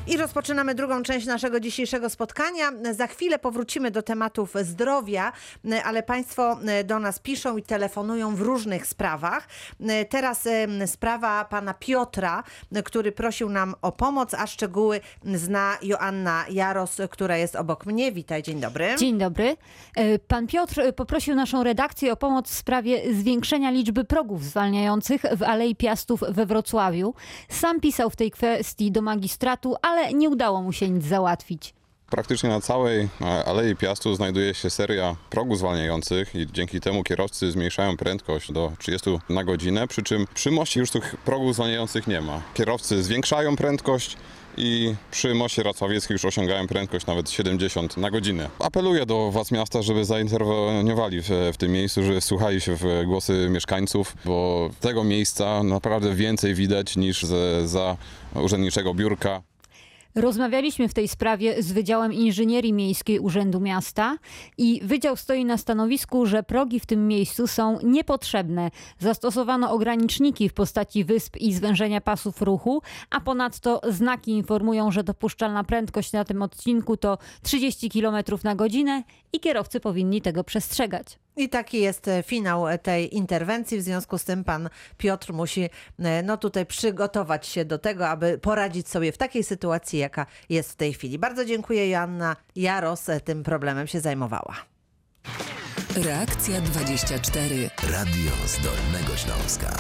I rozpoczynamy drugą część naszego dzisiejszego spotkania. Za chwilę powrócimy do tematów zdrowia, ale Państwo do nas piszą i telefonują w różnych sprawach. Teraz sprawa pana Piotra, który prosił nam o pomoc, a szczegóły zna Joanna Jaros, która jest obok mnie. Witaj, dzień dobry. Dzień dobry. Pan Piotr poprosił naszą redakcję o pomoc w sprawie zwiększenia liczby progów zwalniających w Alei Piastów we Wrocławiu. Sam pisał w tej kwestii do magistratu, ale nie udało mu się nic załatwić. Praktycznie na całej Alei Piastów znajduje się seria progów zwalniających i dzięki temu kierowcy zmniejszają prędkość do 30 na godzinę, przy czym przy moście już tych progów zwalniających nie ma. Kierowcy zwiększają prędkość i przy moście Racławieckim już osiągają prędkość nawet 70 na godzinę. Apeluję do władz miasta, żeby zainterweniowali w tym miejscu, żeby słuchali się w głosy mieszkańców, bo tego miejsca naprawdę więcej widać niż za urzędniczego biurka. Rozmawialiśmy w tej sprawie z Wydziałem Inżynierii Miejskiej Urzędu Miasta i wydział stoi na stanowisku, że progi w tym miejscu są niepotrzebne. Zastosowano ograniczniki w postaci wysp i zwężenia pasów ruchu, a ponadto znaki informują, że dopuszczalna prędkość na tym odcinku to 30 km na godzinę i kierowcy powinni tego przestrzegać. I taki jest finał tej interwencji. W związku z tym pan Piotr musi tutaj przygotować się do tego, aby poradzić sobie w takiej sytuacji, jaka jest w tej chwili. Bardzo dziękuję. Joanna Jaros tym problemem się zajmowała. Reakcja 24. Radio z Dolnego Śląska.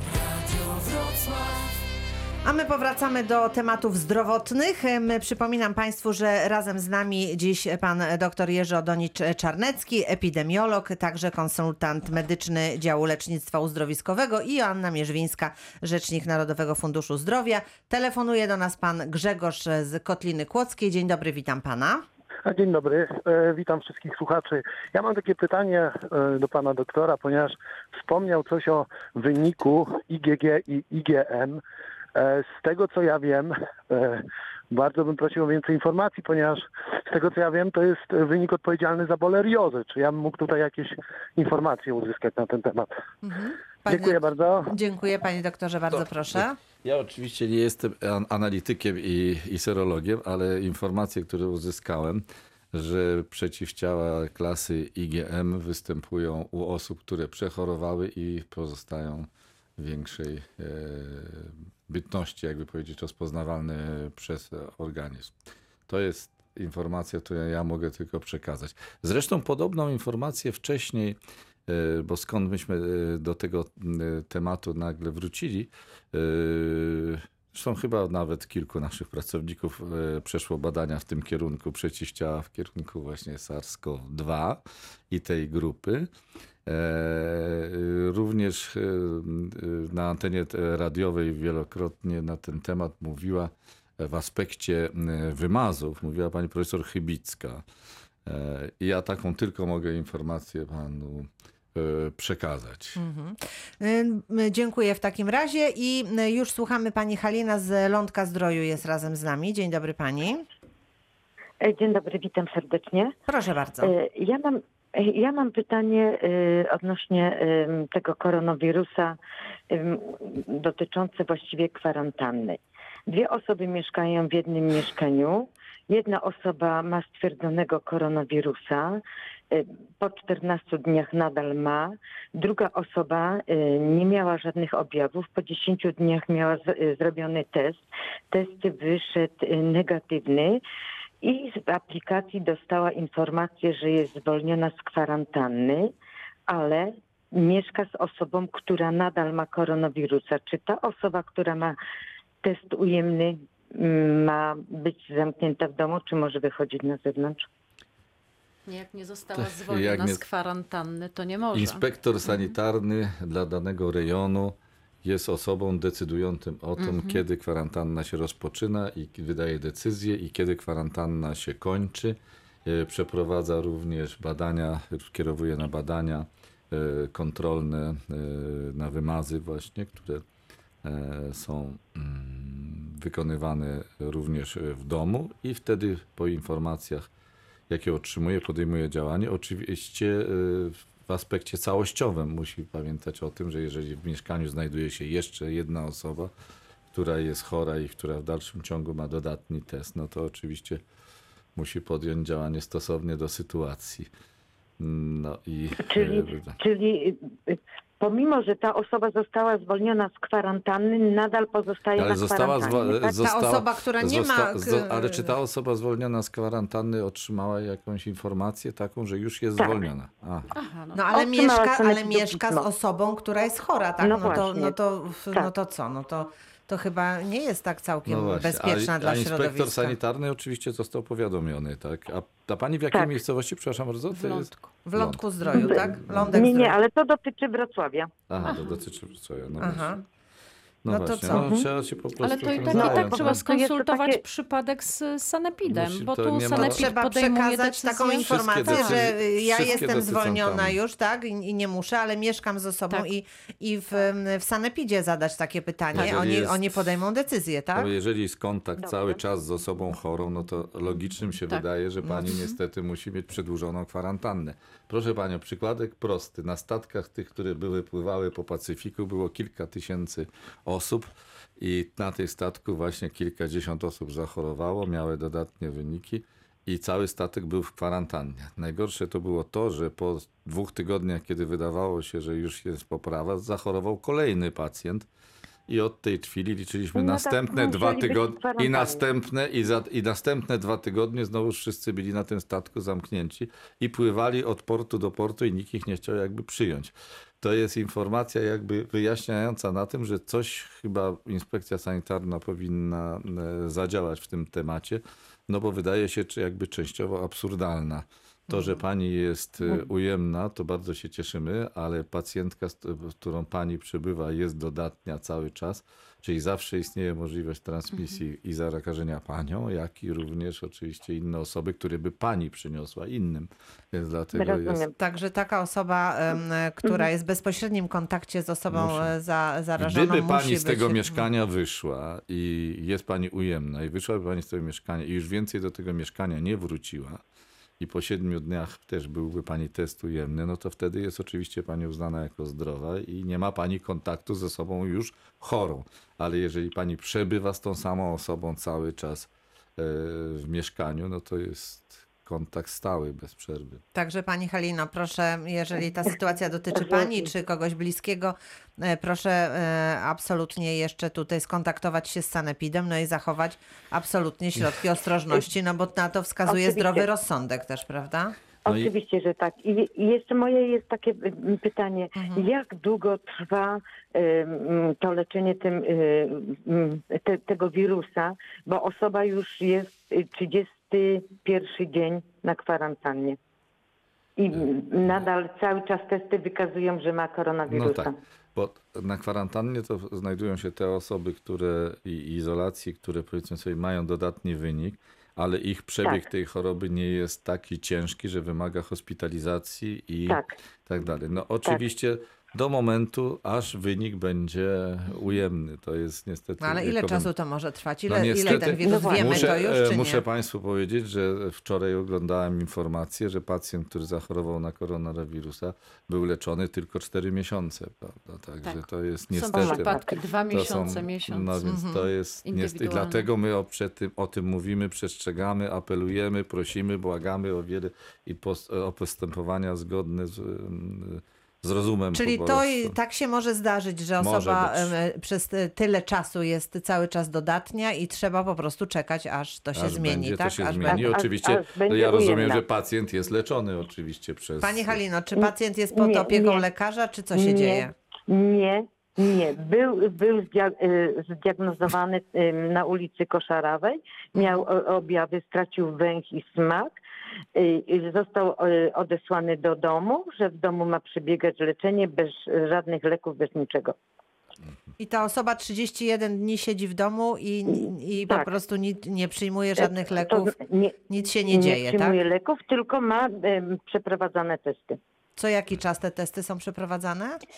A my powracamy do tematów zdrowotnych. Przypominam Państwu, że razem z nami dziś pan dr Jerzy Odonicz-Czarnecki, epidemiolog, także konsultant medyczny działu lecznictwa uzdrowiskowego i Joanna Mierzwińska, rzecznik Narodowego Funduszu Zdrowia. Telefonuje do nas pan Grzegorz z Kotliny Kłodzkiej. Dzień dobry, witam pana. Dzień dobry, witam wszystkich słuchaczy. Ja mam takie pytanie do pana doktora, ponieważ wspomniał coś o wyniku IgG i IgM. Z tego co ja wiem, bardzo bym prosił o więcej informacji, ponieważ z tego co ja wiem, to jest wynik odpowiedzialny za boleriozę. Czy ja bym mógł tutaj jakieś informacje uzyskać na ten temat? Dziękuję bardzo. Dziękuję panie doktorze, bardzo proszę. Ja oczywiście nie jestem analitykiem i serologiem, ale informacje, które uzyskałem, że przeciwciała klasy IgM występują u osób, które przechorowały i pozostają większej bytności, jakby powiedzieć, rozpoznawalne przez organizm. To jest informacja, którą ja mogę tylko przekazać. Zresztą podobną informację wcześniej, bo skąd myśmy do tego tematu nagle wrócili, zresztą chyba nawet kilku naszych pracowników przeszło badania w tym kierunku, przeciwciała w kierunku właśnie SARS-CoV-2 i tej grupy. Również na antenie radiowej wielokrotnie na ten temat mówiła w aspekcie wymazów, mówiła pani profesor Chybicka. I ja taką tylko mogę informację panu przekazać. Dziękuję w takim razie i już słuchamy pani Halina z Lądka Zdroju jest razem z nami. Dzień dobry pani. Dzień dobry, witam serdecznie. Proszę bardzo. Ja mam pytanie odnośnie tego koronawirusa dotyczące właściwie kwarantanny. 2 osoby mieszkają w jednym mieszkaniu. Jedna osoba ma stwierdzonego koronawirusa, po 14 dniach nadal ma. Druga osoba nie miała żadnych objawów, po 10 dniach miała zrobiony test. Test wyszedł negatywny. I z aplikacji dostała informację, że jest zwolniona z kwarantanny, ale mieszka z osobą, która nadal ma koronawirusa. Czy ta osoba, która ma test ujemny, ma być zamknięta w domu, czy może wychodzić na zewnątrz? Jak nie została zwolniona z kwarantanny, to nie może. Inspektor sanitarny dla danego rejonu jest osobą decydującą o tym, kiedy kwarantanna się rozpoczyna i wydaje decyzję i kiedy kwarantanna się kończy. Przeprowadza również badania, kierowuje na badania kontrolne, na wymazy właśnie, które są wykonywane również w domu i wtedy po informacjach, jakie otrzymuje, podejmuje działanie. Oczywiście w aspekcie całościowym musi pamiętać o tym, że jeżeli w mieszkaniu znajduje się jeszcze jedna osoba, która jest chora i która w dalszym ciągu ma dodatni test, no to oczywiście musi podjąć działanie stosownie do sytuacji. No i Czyli pomimo, że ta osoba została zwolniona z kwarantanny, nadal pozostaje na kwarantannie, tak? Ta osoba, która nie ma... Ale czy ta osoba zwolniona z kwarantanny otrzymała jakąś informację taką, że już jest zwolniona? Aha, No ale mieszka z osobą, która jest chora, tak? No to co? No to chyba nie jest tak całkiem bezpieczna dla środowiska. Inspektor sanitarny oczywiście został powiadomiony, tak? A pani w jakiej miejscowości, przepraszam bardzo? W Lądku Zdroju, tak? Nie, ale to dotyczy Wrocławia. To dotyczy Wrocławia. No to właśnie, co? Trzeba się po prostu Ale to i tak trzeba skonsultować przypadek z sanepidem, bo tu sanepid trzeba podejmuje przekazać decyzję. taką informację, że ja jestem zwolniona tam. już, tak? I nie muszę, ale mieszkam z osobą Tak. i w sanepidzie zadać takie pytanie. Tak. Oni podejmą decyzję, tak? No jeżeli jest kontakt cały czas z osobą chorą, no to logicznym się wydaje, że pani niestety musi mieć przedłużoną kwarantannę. Proszę panią, przykładek prosty. Na statkach tych, które pływały po Pacyfiku, było kilka tysięcy osób i na tych statku właśnie kilkadziesiąt osób zachorowało, miały dodatnie wyniki i cały statek był w kwarantannie. Najgorsze to było to, że po 2 tygodniach, kiedy wydawało się, że już jest poprawa, zachorował kolejny pacjent. I od tej chwili liczyliśmy następne 2 tygodnie i następne 2 tygodnie znowu wszyscy byli na tym statku zamknięci i pływali od portu do portu i nikt ich nie chciał jakby przyjąć. To jest informacja jakby wyjaśniająca na tym, że coś chyba inspekcja sanitarna powinna zadziałać w tym temacie, no bo wydaje się jakby częściowo absurdalna. To, że pani jest ujemna, to bardzo się cieszymy, ale pacjentka, z którą pani przebywa, jest dodatnia cały czas, czyli zawsze istnieje możliwość transmisji i zakażenia panią, jak i również oczywiście inne osoby, które by pani przyniosła innym. Więc dlatego jest... Także taka osoba, która jest w bezpośrednim kontakcie z osobą zarażoną, Gdyby pani musi z tego być... mieszkania wyszła i jest pani ujemna i wyszłaby pani z tego mieszkania i już więcej do tego mieszkania nie wróciła, i po 7 dniach też byłby pani test ujemny, no to wtedy jest oczywiście pani uznana jako zdrowa i nie ma pani kontaktu z osobą już chorą. Ale jeżeli pani przebywa z tą samą osobą cały czas w mieszkaniu, no to jest kontakt stały, bez przerwy. Także pani Halino, proszę, jeżeli ta sytuacja dotyczy pani czy kogoś bliskiego, proszę absolutnie jeszcze tutaj skontaktować się z sanepidem, no i zachować absolutnie środki ostrożności, no bo na to wskazuje zdrowy rozsądek też, prawda? Oczywiście, że tak. I jeszcze moje jest takie pytanie, jak długo trwa to leczenie tego wirusa, bo osoba już jest 31 dzień na kwarantannie. I nadal cały czas testy wykazują, że ma koronawirusa. No tak, bo na kwarantannie to znajdują się te osoby, które i izolacji, które powiedzmy sobie mają dodatni wynik, ale ich przebieg tej choroby nie jest taki ciężki, że wymaga hospitalizacji i tak dalej. No oczywiście do momentu, aż wynik będzie ujemny. To jest niestety... No ale ile czasu to może trwać? Ile ten wirus wiemy to już, czy nie? Muszę państwu powiedzieć, że wczoraj oglądałem informację, że pacjent, który zachorował na koronawirusa, był leczony tylko 4 miesiące. Prawda? Także to jest niestety... Są przypadki 2 miesiące, miesiąc. No więc to jest niestety... I dlatego my o tym mówimy, przestrzegamy, apelujemy, prosimy, błagamy o wiele i o postępowania zgodne z rozumem. Czyli to tak się może zdarzyć, że osoba przez tyle czasu jest cały czas dodatnia i trzeba po prostu czekać, aż to się zmieni, tak? To się zmieni. Oczywiście ja rozumiem, że pacjent jest leczony oczywiście przez... Pani Halino, czy pacjent jest pod opieką lekarza, czy co się dzieje? Nie. Był zdiagnozowany na ulicy Koszarowej, miał objawy, stracił węch i smak. Został odesłany do domu, że w domu ma przebiegać leczenie bez żadnych leków, bez niczego. I ta osoba 31 dni siedzi w domu i po prostu nie przyjmuje żadnych leków, nic się nie dzieje, tak? Nie przyjmuje leków, tylko ma przeprowadzane testy. Co jaki czas te testy są przeprowadzane?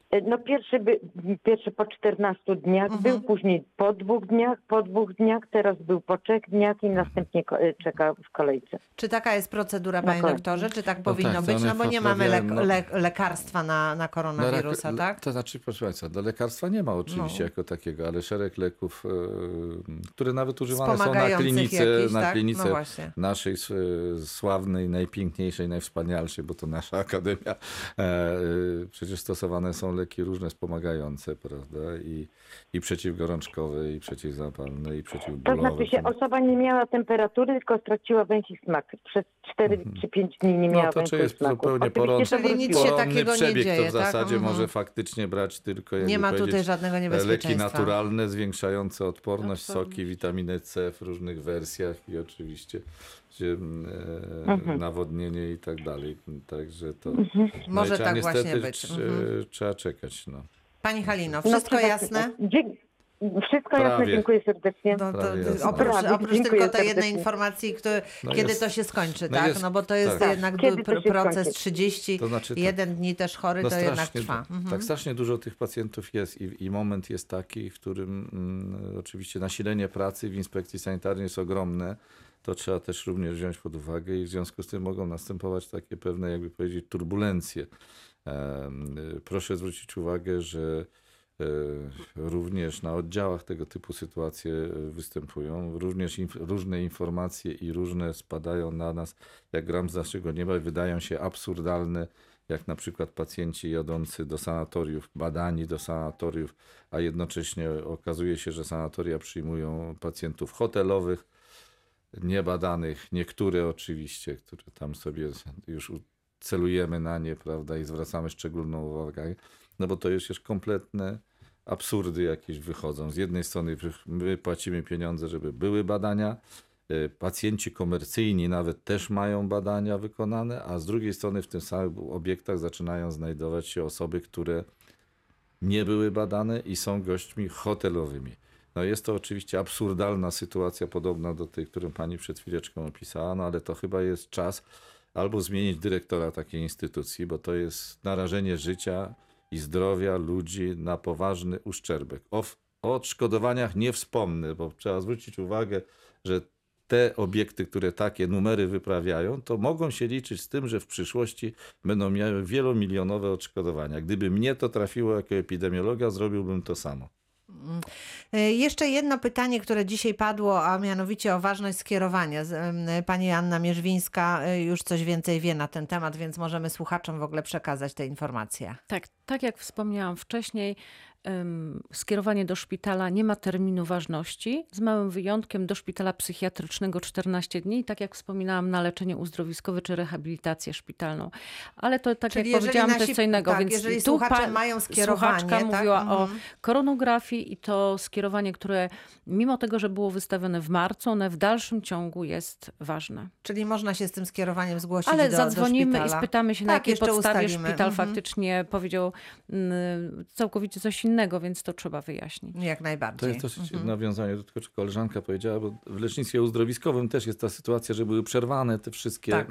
No pierwszy po 14 dniach był, później po 2 dniach, teraz był po 3 dniach i następnie czeka w kolejce. Czy taka jest procedura, panie doktorze? Czy tak powinno tak, być? No bo nie mamy poprawiają, lekarstwa na koronawirusa, tak? To znaczy, proszę Państwa, do lekarstwa nie ma oczywiście jako takiego, ale szereg leków, które nawet używane są na klinice, jakiś, tak? No naszej sławnej, najpiękniejszej, najwspanialszej, bo to nasza akademia. Przecież stosowane są leki różne wspomagające, prawda? I przeciwgorączkowe, i przeciwzapalne, i przeciwbólowe. To znaczy się, osoba nie miała temperatury, tylko straciła węch i smak. Przez 4 czy 5 dni nie miała węchu i smaku. To jest zupełnie porządny przebieg, dzieje, to w zasadzie może faktycznie brać tylko, nie ma tutaj żadnego niebezpieczeństwa. Leki naturalne, zwiększające odporność, soki, witaminę C w różnych wersjach i oczywiście nawodnienie i tak dalej. Także to może tak niestety właśnie być. Trzeba czekać. No. Pani Halino, wszystko jasne? Wszystko jasne, dziękuję serdecznie. Oprócz tylko tej jednej informacji, kiedy to się skończy, tak? No bo to jest jednak proces 31 dni też chory, to jednak trwa. Tak, strasznie dużo tych pacjentów jest i moment jest taki, w którym oczywiście nasilenie pracy w inspekcji sanitarnej jest ogromne. To trzeba też również wziąć pod uwagę i w związku z tym mogą następować takie pewne, jakby powiedzieć, turbulencje. Proszę zwrócić uwagę, że również na oddziałach tego typu sytuacje występują. Również różne informacje i różne spadają na nas jak gram z naszego nieba i wydają się absurdalne, jak na przykład pacjenci jadący do sanatoriów, badani do sanatoriów, a jednocześnie okazuje się, że sanatoria przyjmują pacjentów hotelowych, niebadanych, niektóre oczywiście, które tam sobie już celujemy na nie, prawda, i zwracamy szczególną uwagę, no bo to już kompletne absurdy jakieś wychodzą. Z jednej strony my płacimy pieniądze, żeby były badania, pacjenci komercyjni nawet też mają badania wykonane, a z drugiej strony w tych samych obiektach zaczynają znajdować się osoby, które nie były badane i są gośćmi hotelowymi. No jest to oczywiście absurdalna sytuacja, podobna do tej, którą pani przed chwileczką opisała, no ale to chyba jest czas albo zmienić dyrektora takiej instytucji, bo to jest narażenie życia i zdrowia ludzi na poważny uszczerbek. O odszkodowaniach nie wspomnę, bo trzeba zwrócić uwagę, że te obiekty, które takie numery wyprawiają, to mogą się liczyć z tym, że w przyszłości będą miały wielomilionowe odszkodowania. Gdyby mnie to trafiło jako epidemiologa, zrobiłbym to samo. Jeszcze jedno pytanie, które dzisiaj padło, a mianowicie o ważność skierowania. Pani Anna Mierzwińska już coś więcej wie na ten temat, więc możemy słuchaczom w ogóle przekazać te informacje. Tak jak wspomniałam wcześniej, skierowanie do szpitala nie ma terminu ważności, z małym wyjątkiem do szpitala psychiatrycznego 14 dni, tak jak wspominałam, na leczenie uzdrowiskowe czy rehabilitację szpitalną. Ale to tak czyli jak powiedziałam, to jest co innego. Tak, więc jeżeli słuchacze mają skierowanie. Słuchaczka mówiła o koronografii i to skierowanie, które mimo tego, że było wystawione w marcu, one w dalszym ciągu jest ważne. Czyli można się z tym skierowaniem zgłosić Ale do zadzwonimy szpitala. I spytamy się, na jakiej podstawie ustalimy. szpital faktycznie powiedział całkowicie coś innego, więc to trzeba wyjaśnić. Jak najbardziej. To jest dosyć nawiązanie do tego, co koleżanka powiedziała, bo w lecznictwie uzdrowiskowym też jest ta sytuacja, że były przerwane te wszystkie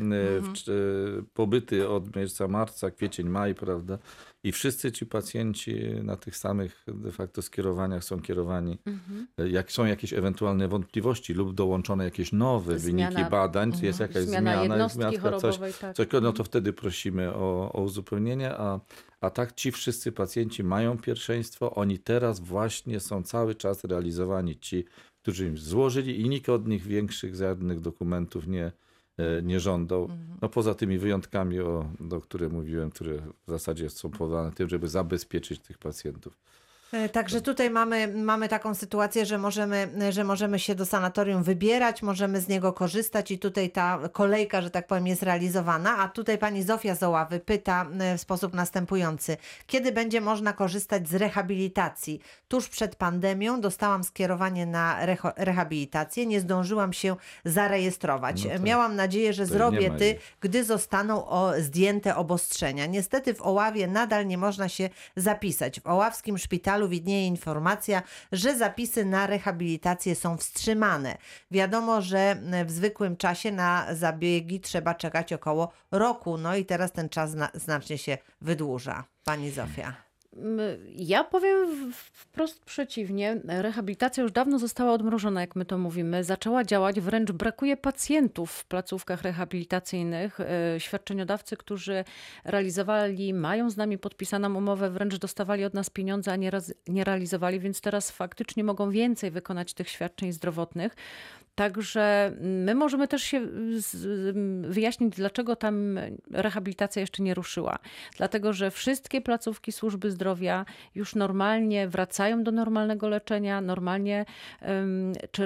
pobyty od miejsca marca, kwiecień, maj, prawda? I wszyscy ci pacjenci na tych samych de facto skierowaniach są kierowani. Jak są jakieś ewentualne wątpliwości lub dołączone jakieś nowe wyniki badań, jest jakaś zmiana jednostki chorobowej, coś, no to wtedy prosimy o uzupełnienie, a tak ci wszyscy pacjenci mają pierwszeństwo. Oni teraz właśnie są cały czas realizowani, ci, którzy im złożyli i nikt od nich większych żadnych dokumentów nie żądał. No poza tymi wyjątkami, o które mówiłem, które w zasadzie są powołane tym, żeby zabezpieczyć tych pacjentów. Także tutaj mamy taką sytuację, że możemy się do sanatorium wybierać, możemy z niego korzystać i tutaj ta kolejka, że tak powiem, jest realizowana. A tutaj pani Zofia z Oławy pyta w sposób następujący. Kiedy będzie można korzystać z rehabilitacji? Tuż przed pandemią dostałam skierowanie na rehabilitację, nie zdążyłam się zarejestrować. No miałam nadzieję, że zrobię gdy zostaną zdjęte obostrzenia. Niestety w Oławie nadal nie można się zapisać. W oławskim szpitalu widnieje informacja, że zapisy na rehabilitację są wstrzymane. Wiadomo, że w zwykłym czasie na zabiegi trzeba czekać około roku. No i teraz ten czas znacznie się wydłuża. Pani Zofia. Ja powiem wprost przeciwnie. Rehabilitacja już dawno została odmrożona, jak my to mówimy. Zaczęła działać, wręcz brakuje pacjentów w placówkach rehabilitacyjnych. Świadczeniodawcy, którzy realizowali, mają z nami podpisaną umowę, wręcz dostawali od nas pieniądze, a nie realizowali, więc teraz faktycznie mogą więcej wykonać tych świadczeń zdrowotnych. Także my możemy też się wyjaśnić, dlaczego tam rehabilitacja jeszcze nie ruszyła. Dlatego, że wszystkie placówki służby zdrowia już normalnie wracają do normalnego leczenia, normalnie czy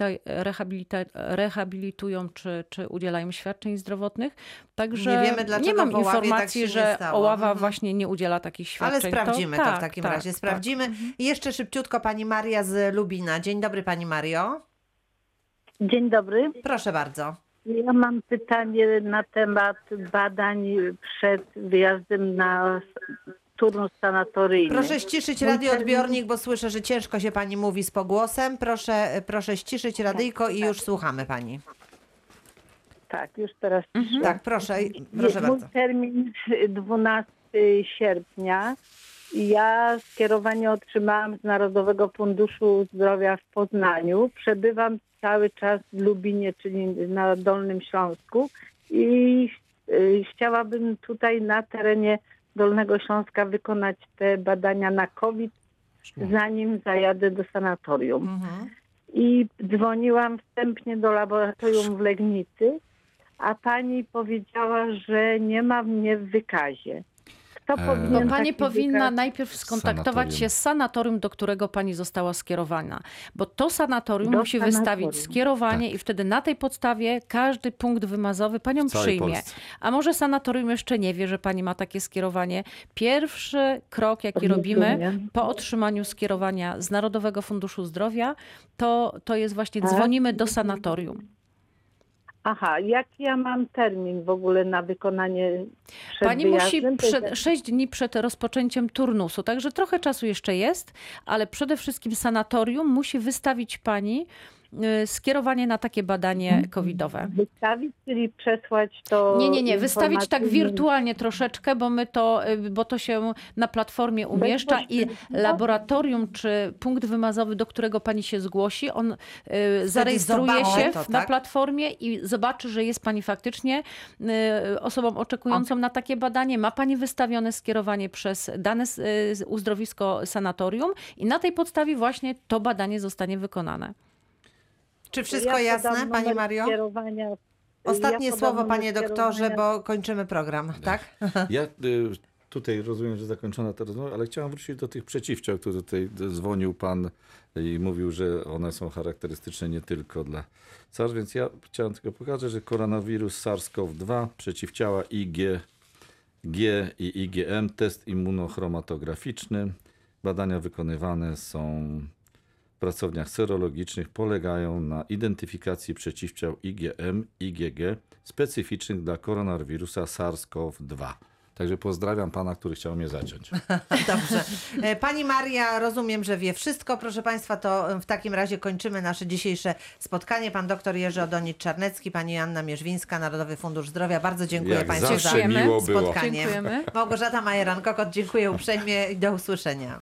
rehabilitują, czy udzielają świadczeń zdrowotnych. Także Nie wiemy, dlaczego nie mam w Oławie informacji, tak się nie że stało. Oława właśnie nie udziela takich świadczeń. Ale sprawdzimy to w takim tak, razie. tak. Sprawdzimy. I jeszcze szybciutko pani Maria z Lubina. Dzień dobry pani Mario. Dzień dobry. Proszę bardzo. Ja mam pytanie na temat badań przed wyjazdem na turnus sanatoryjny. Proszę ściszyć radioodbiornik, bo słyszę, że ciężko się pani mówi z pogłosem. Proszę ściszyć radyjko i już słuchamy pani. Tak, już teraz. Tak, proszę Mój bardzo. termin 12 sierpnia. Ja skierowanie otrzymałam z Narodowego Funduszu Zdrowia w Poznaniu. Przebywam cały czas w Lubinie, czyli na Dolnym Śląsku i chciałabym tutaj na terenie Dolnego Śląska wykonać te badania na COVID, zanim zajadę do sanatorium. I dzwoniłam wstępnie do laboratorium w Legnicy, a pani powiedziała, że nie ma mnie w wykazie. Kto powinien Bo pani taki powinna wykaz... najpierw skontaktować się z sanatorium, do którego pani została skierowana. Bo to sanatorium Do musi sanatorium. wystawić skierowanie i wtedy na tej podstawie każdy punkt wymazowy panią W całej przyjmie. Polsce. A może sanatorium jeszcze nie wie, że pani ma takie skierowanie. Pierwszy krok, jaki robimy Rozumiem. po otrzymaniu skierowania z Narodowego Funduszu Zdrowia, to jest właśnie dzwonimy do sanatorium. Aha, jaki ja mam termin w ogóle na wykonanie przed Pani musi wyjazdem? 6 dni przed rozpoczęciem turnusu, także trochę czasu jeszcze jest, ale przede wszystkim sanatorium musi wystawić pani skierowanie na takie badanie covidowe. Wystawić, czyli przesłać to... Nie, wystawić tak informacyjnie? wirtualnie troszeczkę, bo to się na platformie umieszcza i laboratorium czy punkt wymazowy, do którego pani się zgłosi, on zarejestruje zobaczy się to, na tak? platformie i zobaczy, że jest pani faktycznie osobą oczekującą na takie badanie, ma pani wystawione skierowanie przez dane uzdrowisko sanatorium i na tej podstawie właśnie to badanie zostanie wykonane. Czy wszystko Ja jasne, podam pani numer Mario? skierowania. Ostatnie Ja podam słowo, numer panie doktorze, skierowania. bo kończymy program, tak? Ja tutaj rozumiem, że zakończona ta rozmowa, ale chciałem wrócić do tych przeciwciał, które tutaj dzwonił pan i mówił, że one są charakterystyczne nie tylko dla SARS, więc ja chciałem tylko pokazać, że koronawirus SARS-CoV-2, przeciwciała IgG i IgM, test immunochromatograficzny. Badania wykonywane są w pracowniach serologicznych, polegają na identyfikacji przeciwciał IgM, IgG specyficznych dla koronawirusa SARS-CoV-2. Także pozdrawiam pana, który chciał mnie zaciąć. Dobrze. Pani Maria, rozumiem, że wie wszystko. Proszę państwa, to w takim razie kończymy nasze dzisiejsze spotkanie. Pan doktor Jerzy Odonicz-Czarnecki, pani Joanna Mierzwińska, Narodowy Fundusz Zdrowia. Bardzo dziękuję Jak państwu zawsze za miło było. spotkanie. Dziękujemy. Małgorzata Majeran-Kokot, dziękuję uprzejmie i do usłyszenia.